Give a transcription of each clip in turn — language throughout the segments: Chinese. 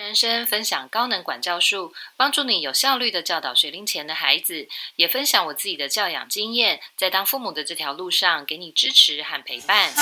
人生分享高能管教术，帮助你有效率的教导学龄前的孩子，也分享我自己的教养经验，在当父母的这条路上给你支持和陪伴。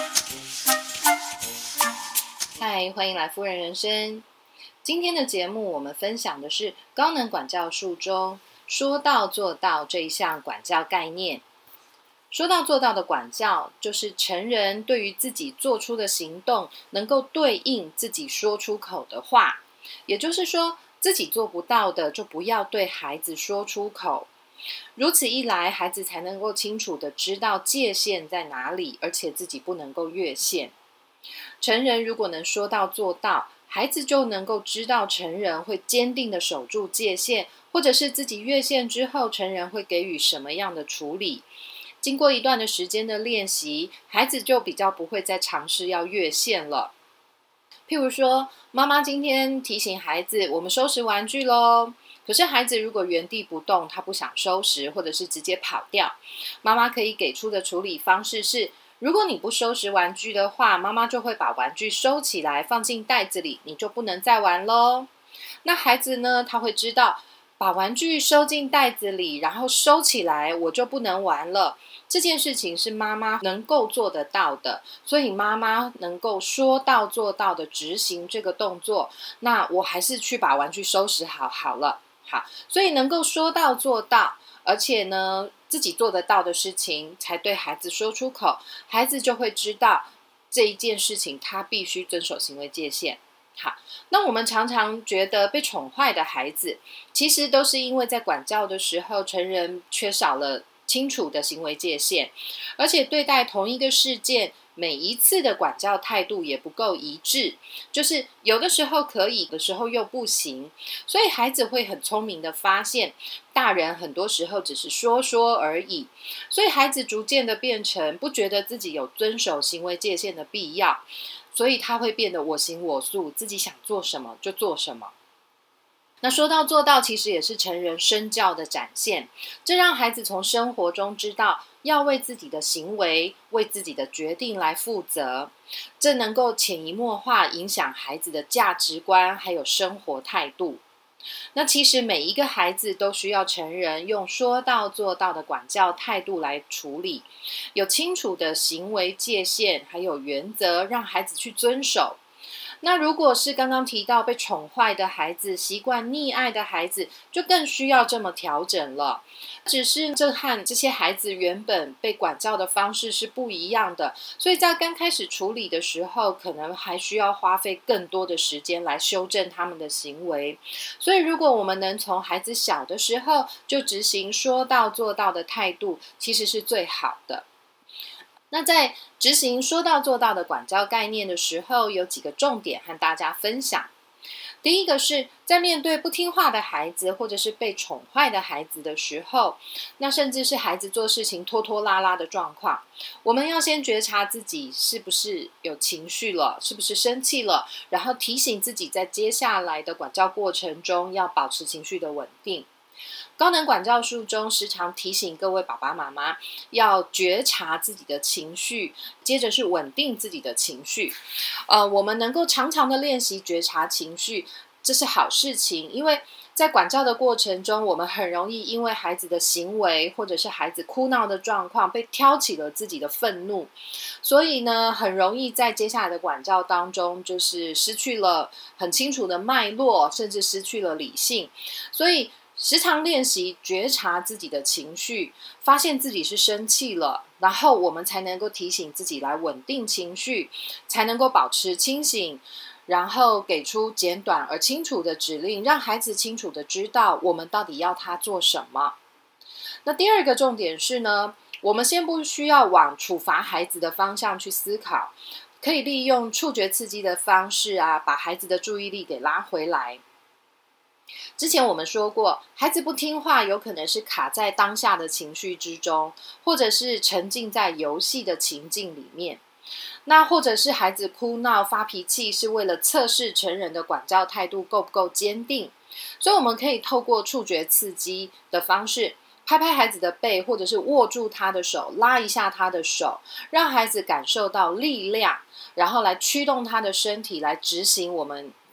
嗨，欢迎来夫人人生。今天的节目我们分享的是高能管教术中说到做到这一项管教概念。说到做到的管教，就是成人对于自己做出的行动能够对应自己说出口的话，也就是说自己做不到的就不要对孩子说出口。如此一来，孩子才能够清楚的知道界限在哪里，而且自己不能够越线。成人如果能说到做到，孩子就能够知道成人会坚定的守住界限，或者是自己越线之后，成人会给予什么样的处理。经过一段的时间的练习，孩子就比较不会再尝试要越线了。譬如说，妈妈今天提醒孩子我们收拾玩具咯，可是孩子如果原地不动，他不想收拾，或者是直接跑掉，妈妈可以给出的处理方式是，如果你不收拾玩具的话，妈妈就会把玩具收起来放进袋子里，你就不能再玩咯。那孩子呢，他会知道把玩具收进袋子里，然后收起来，我就不能玩了。这件事情是妈妈能够做得到的，所以妈妈能够说到做到的执行这个动作，那我还是去把玩具收拾好了。好，所以能够说到做到，而且呢，自己做得到的事情才对孩子说出口，孩子就会知道这一件事情他必须遵守行为界限。好，那我们常常觉得被宠坏的孩子，其实都是因为在管教的时候，成人缺少了清楚的行为界限，而且对待同一个事件，每一次的管教态度也不够一致，就是有的时候可以，有的时候又不行，所以孩子会很聪明的发现，大人很多时候只是说说而已，所以孩子逐渐的变成不觉得自己有遵守行为界限的必要，所以他会变得我行我素，自己想做什么就做什么。那说到做到，其实也是成人身教的展现，这让孩子从生活中知道要为自己的行为、为自己的决定来负责，这能够潜移默化影响孩子的价值观还有生活态度。那其实每一个孩子都需要成人用说到做到的管教态度来处理，有清楚的行为界限还有原则，让孩子去遵守。那如果是刚刚提到被宠坏的孩子，习惯溺爱的孩子，就更需要这么调整了。只是这和这些孩子原本被管教的方式是不一样的，所以在刚开始处理的时候，可能还需要花费更多的时间来修正他们的行为。所以如果我们能从孩子小的时候就执行说到做到的态度，其实是最好的。那在执行说到做到的管教概念的时候，有几个重点和大家分享。第一个是在面对不听话的孩子或者是被宠坏的孩子的时候，那甚至是孩子做事情拖拖拉拉的状况，我们要先觉察自己是不是有情绪了，是不是生气了，然后提醒自己在接下来的管教过程中要保持情绪的稳定。高能管教术中时常提醒各位爸爸妈妈要觉察自己的情绪，接着是稳定自己的情绪。我们能够常常的练习觉察情绪，这是好事情，因为在管教的过程中，我们很容易因为孩子的行为或者是孩子哭闹的状况被挑起了自己的愤怒，所以呢，很容易在接下来的管教当中就是失去了很清楚的脉络，甚至失去了理性。所以时常练习觉察自己的情绪，发现自己是生气了，然后我们才能够提醒自己来稳定情绪，才能够保持清醒，然后给出简短而清楚的指令，让孩子清楚的知道我们到底要他做什么。那第二个重点是呢，我们先不需要往处罚孩子的方向去思考，可以利用触觉刺激的方式啊，把孩子的注意力给拉回来。之前我们说过，孩子不听话有可能是卡在当下的情绪之中，或者是沉浸在游戏的情境里面。那或者是孩子哭闹发脾气是为了测试成人的管教态度够不够坚定，所以我们可以透过触觉刺激的方式，拍拍孩子的背，或者是握住他的手，拉一下他的手，让孩子感受到力量，然后来驱动他的身体来执行我们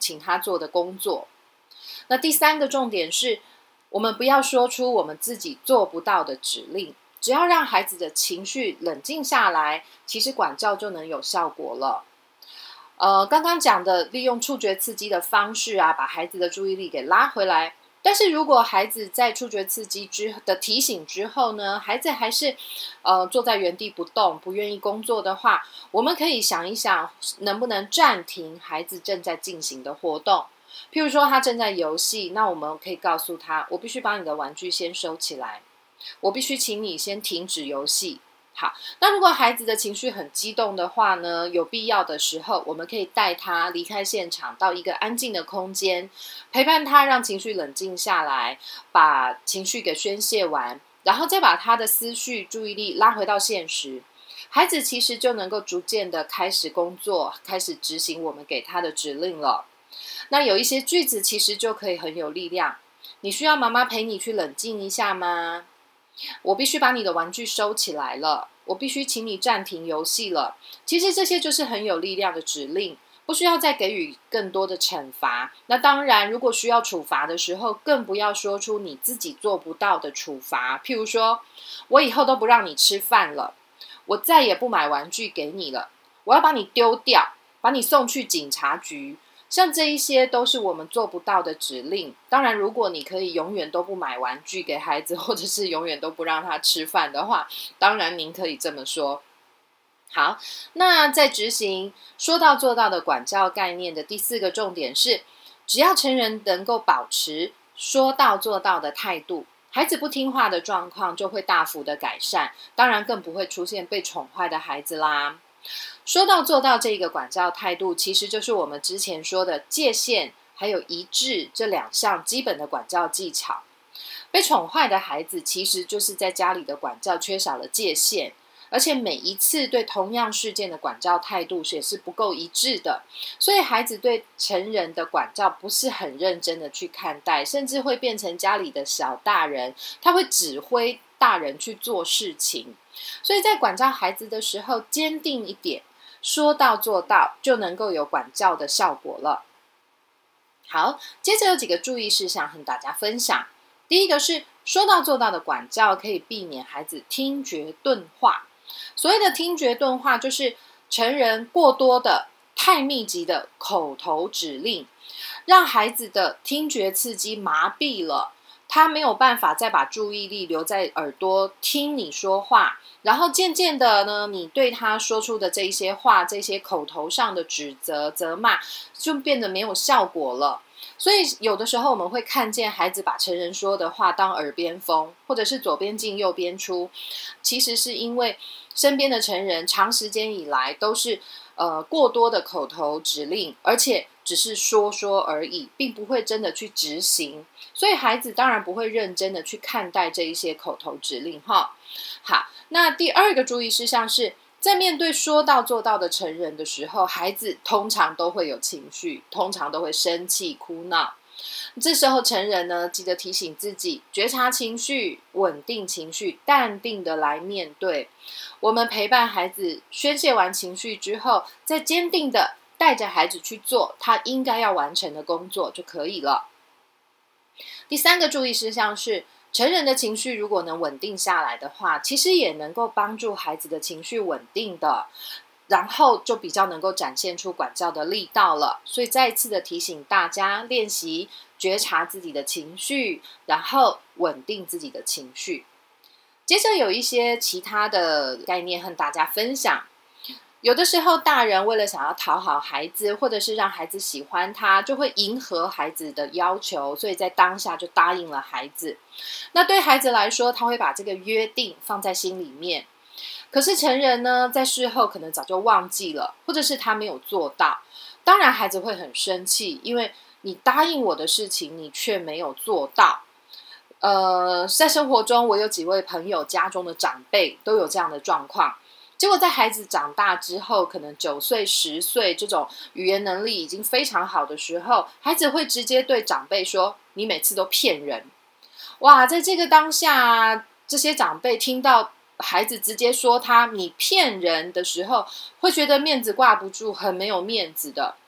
请他做的工作。那第三个重点是，我们不要说出我们自己做不到的指令，只要让孩子的情绪冷静下来，其实管教就能有效果了。刚刚讲的利用触觉刺激的方式啊，把孩子的注意力给拉回来。但是如果孩子在触觉刺激的提醒之后呢，孩子还是坐在原地不动，不愿意工作的话，我们可以想一想，能不能暂停孩子正在进行的活动。譬如说他正在游戏，那我们可以告诉他，我必须把你的玩具先收起来，我必须请你先停止游戏。好，那如果孩子的情绪很激动的话呢，有必要的时候，我们可以带他离开现场，到一个安静的空间，陪伴他，让情绪冷静下来，把情绪给宣泄完，然后再把他的思绪注意力拉回到现实。孩子其实就能够逐渐的开始工作，开始执行我们给他的指令了。那有一些句子其实就可以很有力量。你需要妈妈陪你去冷静一下吗？我必须把你的玩具收起来了，我必须请你暂停游戏了。其实这些就是很有力量的指令，不需要再给予更多的惩罚。那当然，如果需要处罚的时候，更不要说出你自己做不到的处罚。譬如说，我以后都不让你吃饭了，我再也不买玩具给你了，我要把你丢掉，把你送去警察局。像这一些都是我们做不到的指令。当然，如果你可以永远都不买玩具给孩子，或者是永远都不让他吃饭的话，当然您可以这么说。好，那在执行说到做到的管教概念的第四个重点是，只要成人能够保持说到做到的态度，孩子不听话的状况就会大幅的改善，当然更不会出现被宠坏的孩子啦。说到做到这个管教态度，其实就是我们之前说的界限还有一致这两项基本的管教技巧。被宠坏的孩子其实就是在家里的管教缺少了界限，而且每一次对同样事件的管教态度也是不够一致的，所以孩子对成人的管教不是很认真的去看待，甚至会变成家里的小大人，他会指挥大人去做事情。所以在管教孩子的时候，坚定一点，说到做到，就能够有管教的效果了。好，接着有几个注意事项和大家分享。第一个是说到做到的管教可以避免孩子听觉钝化。所谓的听觉钝化，就是成人过多的太密集的口头指令，让孩子的听觉刺激麻痹了，他没有办法再把注意力留在耳朵听你说话，然后渐渐的呢，你对他说出的这一些话，这些口头上的指责责骂就变得没有效果了。所以有的时候我们会看见孩子把成人说的话当耳边风，或者是左边进右边出，其实是因为身边的成人长时间以来都是过多的口头指令，而且只是说说而已，并不会真的去执行，所以孩子当然不会认真的去看待这一些口头指令哈。好，那第二个注意事项是，在面对说到做到的成人的时候，孩子通常都会有情绪，通常都会生气哭闹。这时候成人呢，记得提醒自己，觉察情绪，稳定情绪，淡定的来面对。我们陪伴孩子宣泄完情绪之后，再坚定的带着孩子去做他应该要完成的工作就可以了。第三个注意事项是，成人的情绪如果能稳定下来的话，其实也能够帮助孩子的情绪稳定的，然后就比较能够展现出管教的力道了。所以再一次的提醒大家，练习觉察自己的情绪，然后稳定自己的情绪。接着有一些其他的概念和大家分享。有的时候大人为了想要讨好孩子，或者是让孩子喜欢他，就会迎合孩子的要求，所以在当下就答应了孩子。那对孩子来说，他会把这个约定放在心里面。可是成人呢，在事后可能早就忘记了，或者是他没有做到。当然孩子会很生气，因为你答应我的事情，你却没有做到。在生活中，我有几位朋友家中的长辈都有这样的状况。结果在孩子长大之后，可能9岁、10岁这种语言能力已经非常好的时候，孩子会直接对长辈说：“你每次都骗人。”哇，在这个当下，这些长辈听到孩子直接说你骗人的时候，会觉得面子挂不住，很没有面子的。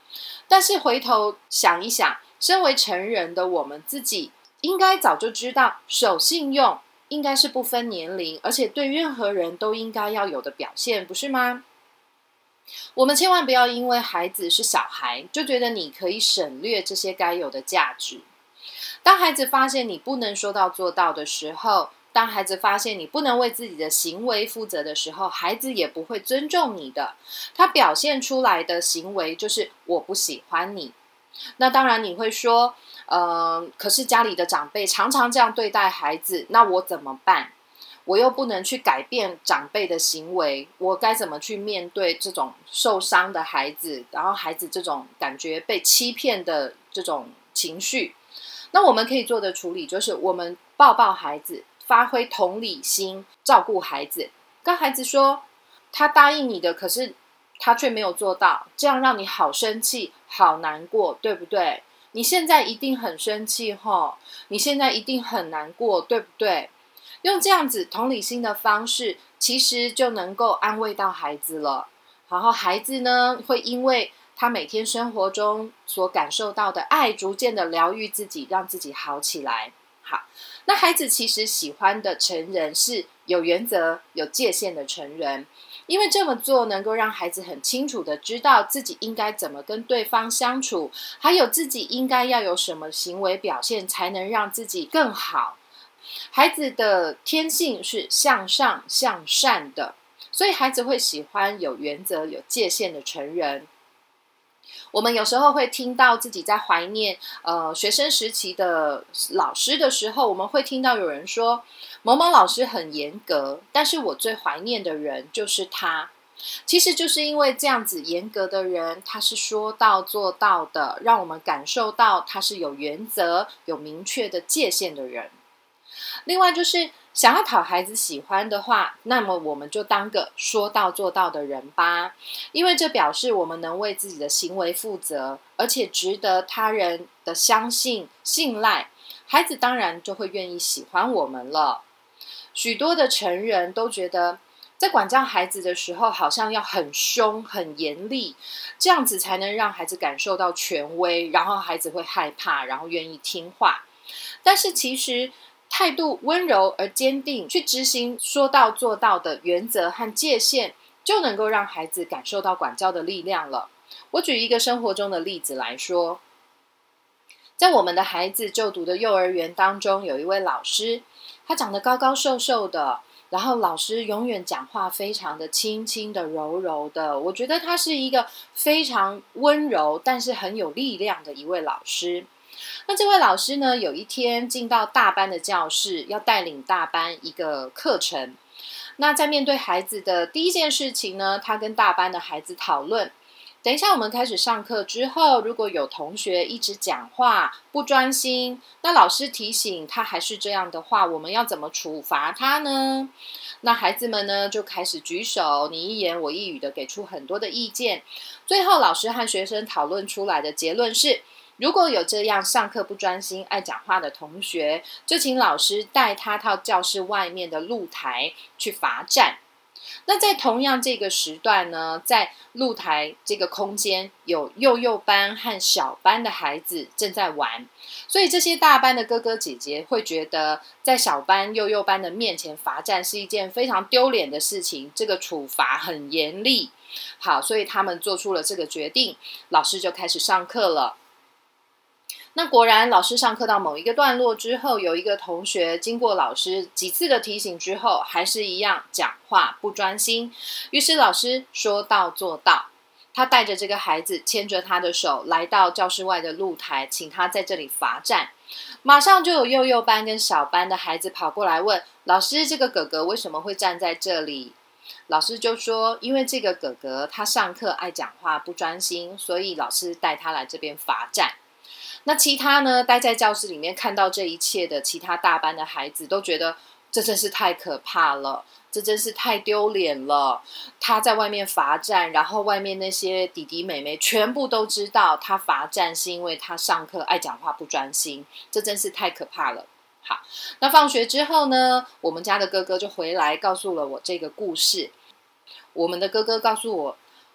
但是回头想一想，身为成人的我们自己应该早就知道，守信用应该是不分年龄，而且对任何人都应该要有的表现，不是吗？我们千万不要因为孩子是小孩，就觉得你可以省略这些该有的价值。当孩子发现你不能说到做到的时候，当孩子发现你不能为自己的行为负责的时候，孩子也不会尊重你的。他表现出来的行为就是我不喜欢你。那当然你会说，可是家里的长辈常常这样对待孩子，那我怎么办？我又不能去改变长辈的行为，我该怎么去面对这种受伤的孩子，然后孩子这种感觉被欺骗的这种情绪？那我们可以做的处理就是我们抱抱孩子，发挥同理心，照顾孩子，跟孩子说他答应你的，可是他却没有做到，这样让你好生气好难过，对不对？你现在一定很生气齁，你现在一定很难过，对不对？用这样子同理心的方式，其实就能够安慰到孩子了。然后孩子呢，会因为他每天生活中所感受到的爱，逐渐的疗愈自己，让自己好起来。好，那孩子其实喜欢的成人是有原则、有界限的成人，因为这么做能够让孩子很清楚的知道自己应该怎么跟对方相处，还有自己应该要有什么行为表现，才能让自己更好。孩子的天性是向上向善的，所以孩子会喜欢有原则有界限的成人。我们有时候会听到自己在怀念学生时期的老师的时候，我们会听到有人说某某老师很严格，但是我最怀念的人就是他。其实就是因为这样子严格的人，他是说到做到的，让我们感受到他是有原则有明确的界限的人。另外就是想要讨孩子喜欢的话，那么我们就当个说到做到的人吧，因为这表示我们能为自己的行为负责，而且值得他人的相信信赖，孩子当然就会愿意喜欢我们了。许多的成人都觉得在管教孩子的时候好像要很凶很严厉，这样子才能让孩子感受到权威，然后孩子会害怕，然后愿意听话。但是其实态度温柔而坚定，去执行说到做到的原则和界限，就能够让孩子感受到管教的力量了。我举一个生活中的例子来说，在我们的孩子就读的幼儿园当中，有一位老师，他长得高高瘦瘦的，然后老师永远讲话非常的轻轻的柔柔的，我觉得他是一个非常温柔但是很有力量的一位老师。那这位老师呢，有一天进到大班的教室，要带领大班一个课程。那在面对孩子的第一件事情呢，他跟大班的孩子讨论，等一下我们开始上课之后，如果有同学一直讲话不专心，那老师提醒他还是这样的话，我们要怎么处罚他呢？那孩子们呢就开始举手，你一言我一语的给出很多的意见。最后老师和学生讨论出来的结论是，如果有这样上课不专心爱讲话的同学，就请老师带他到教室外面的露台去罚站。那在同样这个时段呢，在露台这个空间有幼幼班和小班的孩子正在玩，所以这些大班的哥哥姐姐会觉得在小班幼幼班的面前罚站是一件非常丢脸的事情，这个处罚很严厉。好，所以他们做出了这个决定，老师就开始上课了。那果然老师上课到某一个段落之后，有一个同学经过老师几次的提醒之后，还是一样讲话不专心，于是老师说到做到，他带着这个孩子牵着他的手来到教室外的露台，请他在这里罚站。马上就有幼幼班跟小班的孩子跑过来问老师，这个哥哥为什么会站在这里？老师就说，因为这个哥哥他上课爱讲话不专心，所以老师带他来这边罚站。那其他呢，待在教室里面看到这一切的其他大班的孩子都觉得这真是太可怕了，这真是太丢脸了。他在外面罚站，然后外面那些弟弟妹妹全部都知道他罚站是因为他上课爱讲话不专心，这真是太可怕了。好，那放学之后呢，我们家的哥哥就回来告诉了我这个故事。我们的哥哥告诉我，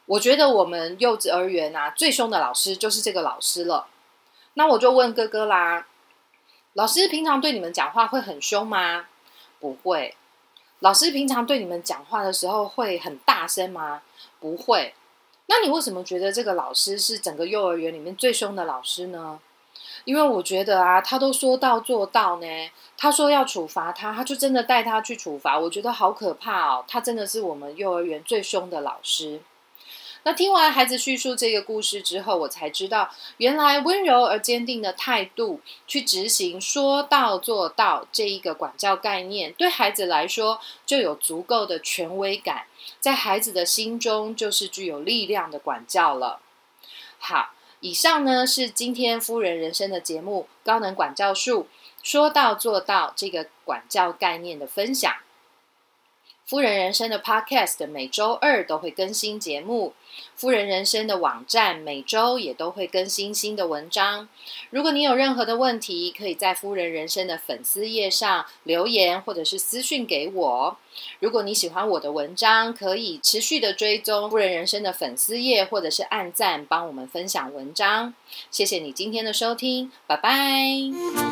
我觉得我们幼稚儿园最凶的老师就是这个老师了。那我就问哥哥啦，老师平常对你们讲话会很凶吗？不会。老师平常对你们讲话的时候会很大声吗？不会。那你为什么觉得这个老师是整个幼儿园里面最凶的老师呢？因为我觉得他都说到做到呢。他说要处罚他就真的带他去处罚。我觉得好可怕哦，他真的是我们幼儿园最凶的老师。那听完孩子叙述这个故事之后，我才知道，原来温柔而坚定的态度去执行说到做到这一个管教概念，对孩子来说就有足够的权威感，在孩子的心中就是具有力量的管教了。好，以上呢是今天夫人人生的节目高能管教术说到做到这个管教概念的分享。夫人人生的 Podcast 每周2都会更新节目，夫人人生的网站每周也都会更新新的文章。如果你有任何的问题，可以在夫人人生的粉丝页上留言或者是私讯给我。如果你喜欢我的文章，可以持续的追踪夫人人生的粉丝页，或者是按赞帮我们分享文章。谢谢你今天的收听，拜拜。